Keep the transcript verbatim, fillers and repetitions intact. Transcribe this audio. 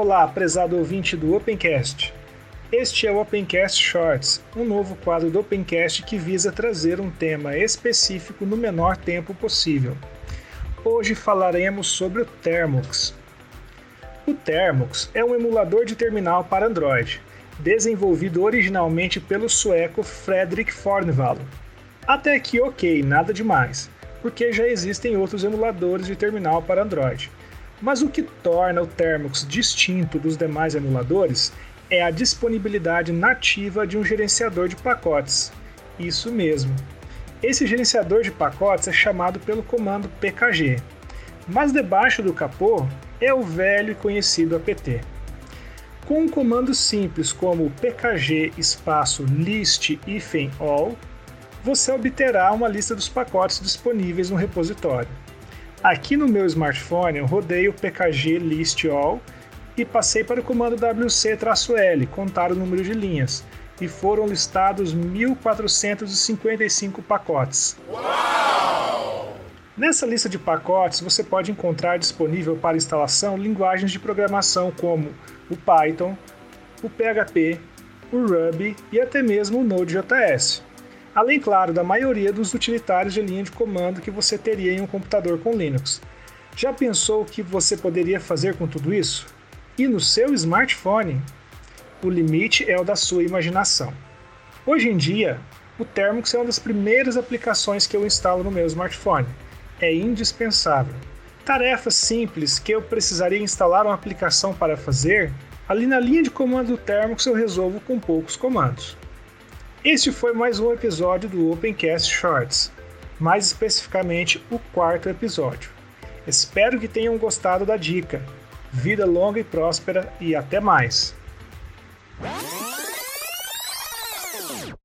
Olá, prezado ouvinte do Opencast. Este é o Opencast Shorts, um novo quadro do Opencast que visa trazer um tema específico no menor tempo possível. Hoje falaremos sobre o Termux. O Termux é um emulador de terminal para Android, desenvolvido originalmente pelo sueco Fredrik Fornvalo. Até aqui ok, nada demais, porque já existem outros emuladores de terminal para Android. Mas o que torna o Termux distinto dos demais emuladores é a disponibilidade nativa de um gerenciador de pacotes. Isso mesmo. Esse gerenciador de pacotes é chamado pelo comando P K G, mas debaixo do capô é o velho e conhecido apt. Com um comando simples como pkg espaço list-all, você obterá uma lista dos pacotes disponíveis no repositório. Aqui no meu smartphone eu rodei o pkg list-all e passei para o comando wc-l, contar o número de linhas, e foram listados mil quatrocentos e cinquenta e cinco pacotes. Uau! Nessa lista de pacotes você pode encontrar disponível para instalação linguagens de programação como o Python, o P H P, o Ruby e até mesmo o Node.js. Além, claro, da maioria dos utilitários de linha de comando que você teria em um computador com Linux. Já pensou o que você poderia fazer com tudo isso? E no seu smartphone? O limite é o da sua imaginação. Hoje em dia, o Termux é uma das primeiras aplicações que eu instalo no meu smartphone. É indispensável. Tarefas simples que eu precisaria instalar uma aplicação para fazer, ali na linha de comando do Termux eu resolvo com poucos comandos. Este foi mais um episódio do Opencast Shorts, mais especificamente o quarto episódio. Espero que tenham gostado da dica. Vida longa e próspera e até mais!